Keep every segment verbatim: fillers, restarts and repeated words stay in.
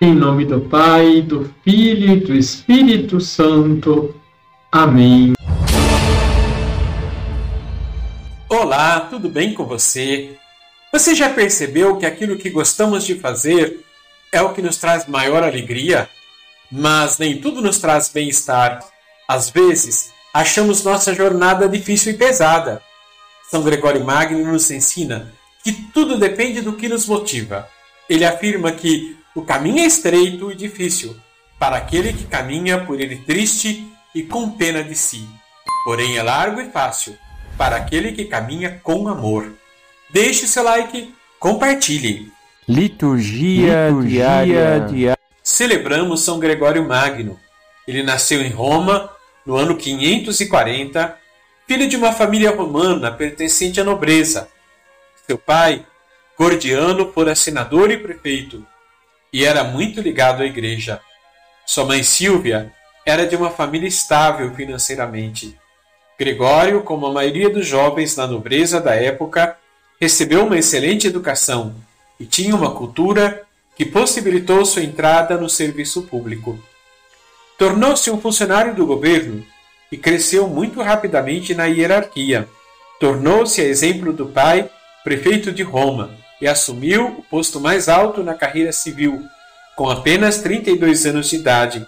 Em nome do Pai, do Filho e do Espírito Santo. Amém. Olá, tudo bem com você? Você já percebeu que aquilo que gostamos de fazer é o que nos traz maior alegria? Mas nem tudo nos traz bem-estar. Às vezes, achamos nossa jornada difícil e pesada. São Gregório Magno nos ensina que tudo depende do que nos motiva. Ele afirma que o caminho é estreito e difícil para aquele que caminha por ele triste e com pena de si. Porém é largo e fácil para aquele que caminha com amor. Deixe seu like, compartilhe. Liturgia, Liturgia diária. diária. Celebramos São Gregório Magno. Ele nasceu em Roma no ano quinhentos e quarenta, filho de uma família romana pertencente à nobreza. Seu pai, Gordiano, fora senador e prefeito e era muito ligado à igreja. Sua mãe Sílvia era de uma família estável financeiramente. Gregório, como a maioria dos jovens na nobreza da época, recebeu uma excelente educação e tinha uma cultura que possibilitou sua entrada no serviço público. Tornou-se um funcionário do governo e cresceu muito rapidamente na hierarquia. Tornou-se, a exemplo do pai, prefeito de Roma e assumiu o posto mais alto na carreira civil, com apenas trinta e dois anos de idade.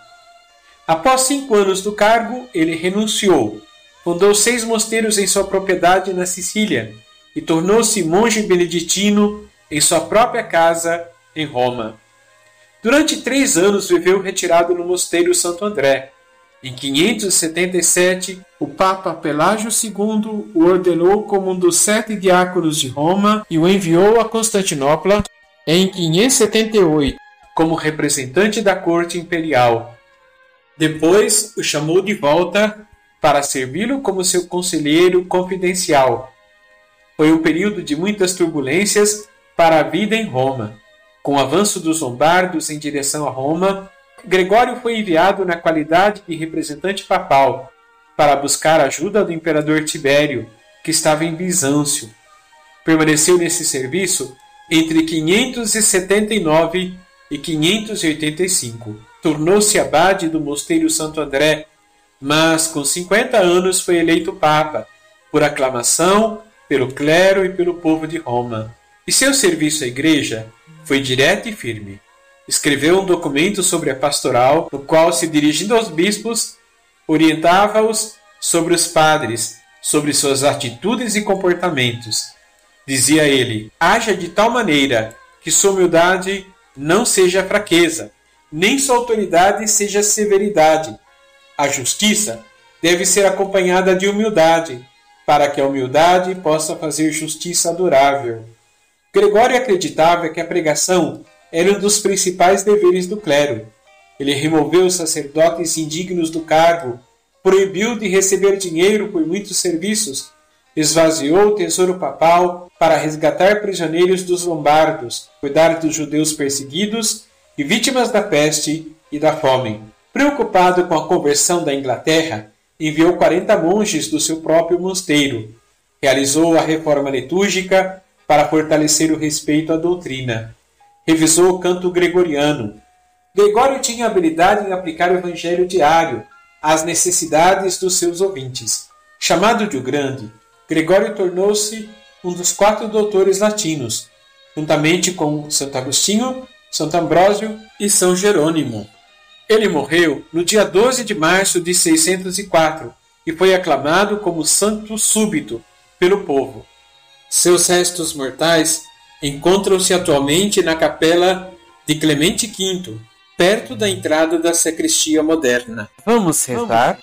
Após cinco anos do cargo, ele renunciou, fundou seis mosteiros em sua propriedade na Sicília e tornou-se monge beneditino em sua própria casa em Roma. Durante três anos viveu retirado no mosteiro Santo André. Em quinhentos e setenta e sete, o Papa Pelágio segundo o ordenou como um dos sete diáconos de Roma e o enviou a Constantinopla em quinhentos e setenta e oito como representante da corte imperial. Depois o chamou de volta para servi-lo como seu conselheiro confidencial. Foi um período de muitas turbulências para a vida em Roma. Com o avanço dos lombardos em direção a Roma, Gregório foi enviado na qualidade de representante papal para buscar a ajuda do imperador Tibério, que estava em Bizâncio. Permaneceu nesse serviço entre quinhentos e setenta e nove e quinhentos e oitenta e cinco. Tornou-se abade do mosteiro Santo André, mas com cinquenta anos foi eleito papa, por aclamação, pelo clero e pelo povo de Roma. E seu serviço à igreja foi direto e firme. Escreveu um documento sobre a pastoral, no qual, se dirigindo aos bispos, orientava-os sobre os padres, sobre suas atitudes e comportamentos. Dizia ele: haja de tal maneira que sua humildade não seja fraqueza, nem sua autoridade seja severidade. A justiça deve ser acompanhada de humildade, para que a humildade possa fazer justiça adorável. Gregório acreditava que a pregação era um dos principais deveres do clero. Ele removeu os sacerdotes indignos do cargo, proibiu de receber dinheiro por muitos serviços, esvaziou o tesouro papal para resgatar prisioneiros dos lombardos, cuidar dos judeus perseguidos e vítimas da peste e da fome. Preocupado com a conversão da Inglaterra, enviou quarenta monges do seu próprio mosteiro. Realizou a reforma litúrgica para fortalecer o respeito à doutrina. Revisou o canto gregoriano. Gregório tinha habilidade em aplicar o evangelho diário às necessidades dos seus ouvintes. Chamado de o Grande, Gregório tornou-se um dos quatro doutores latinos, juntamente com Santo Agostinho, Santo Ambrósio e São Jerônimo. Ele morreu no dia doze de março de seiscentos e quatro e foi aclamado como santo súbito pelo povo. Seus restos mortais encontram-se atualmente na capela de Clemente quinto, perto da entrada da sacristia moderna. Vamos rezar?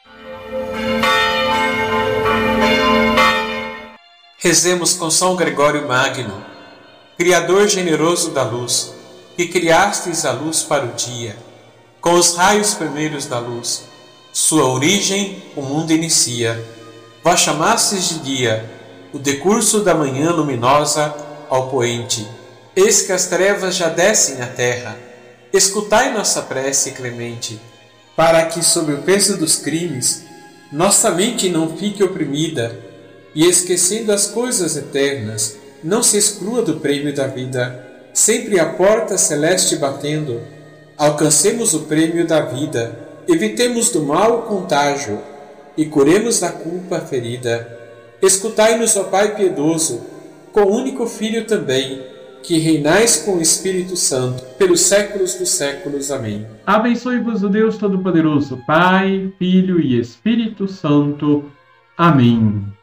Rezemos com São Gregório Magno, Criador generoso da luz, que criastes a luz para o dia. Com os raios primeiros da luz, sua origem o mundo inicia. Vós chamastes de dia o decurso da manhã luminosa ao poente. Eis que as trevas já descem à terra. Escutai nossa prece, clemente, para que, sob o peso dos crimes, nossa mente não fique oprimida e, esquecendo as coisas eternas, não se exclua do prêmio da vida, sempre a porta celeste batendo, alcancemos o prêmio da vida, evitemos do mal o contágio e curemos da culpa ferida. Escutai-nos, ó Pai piedoso, com o único Filho também, que reinais com o Espírito Santo, pelos séculos dos séculos. Amém. Abençoe-vos o Deus Todo-Poderoso, Pai, Filho e Espírito Santo. Amém.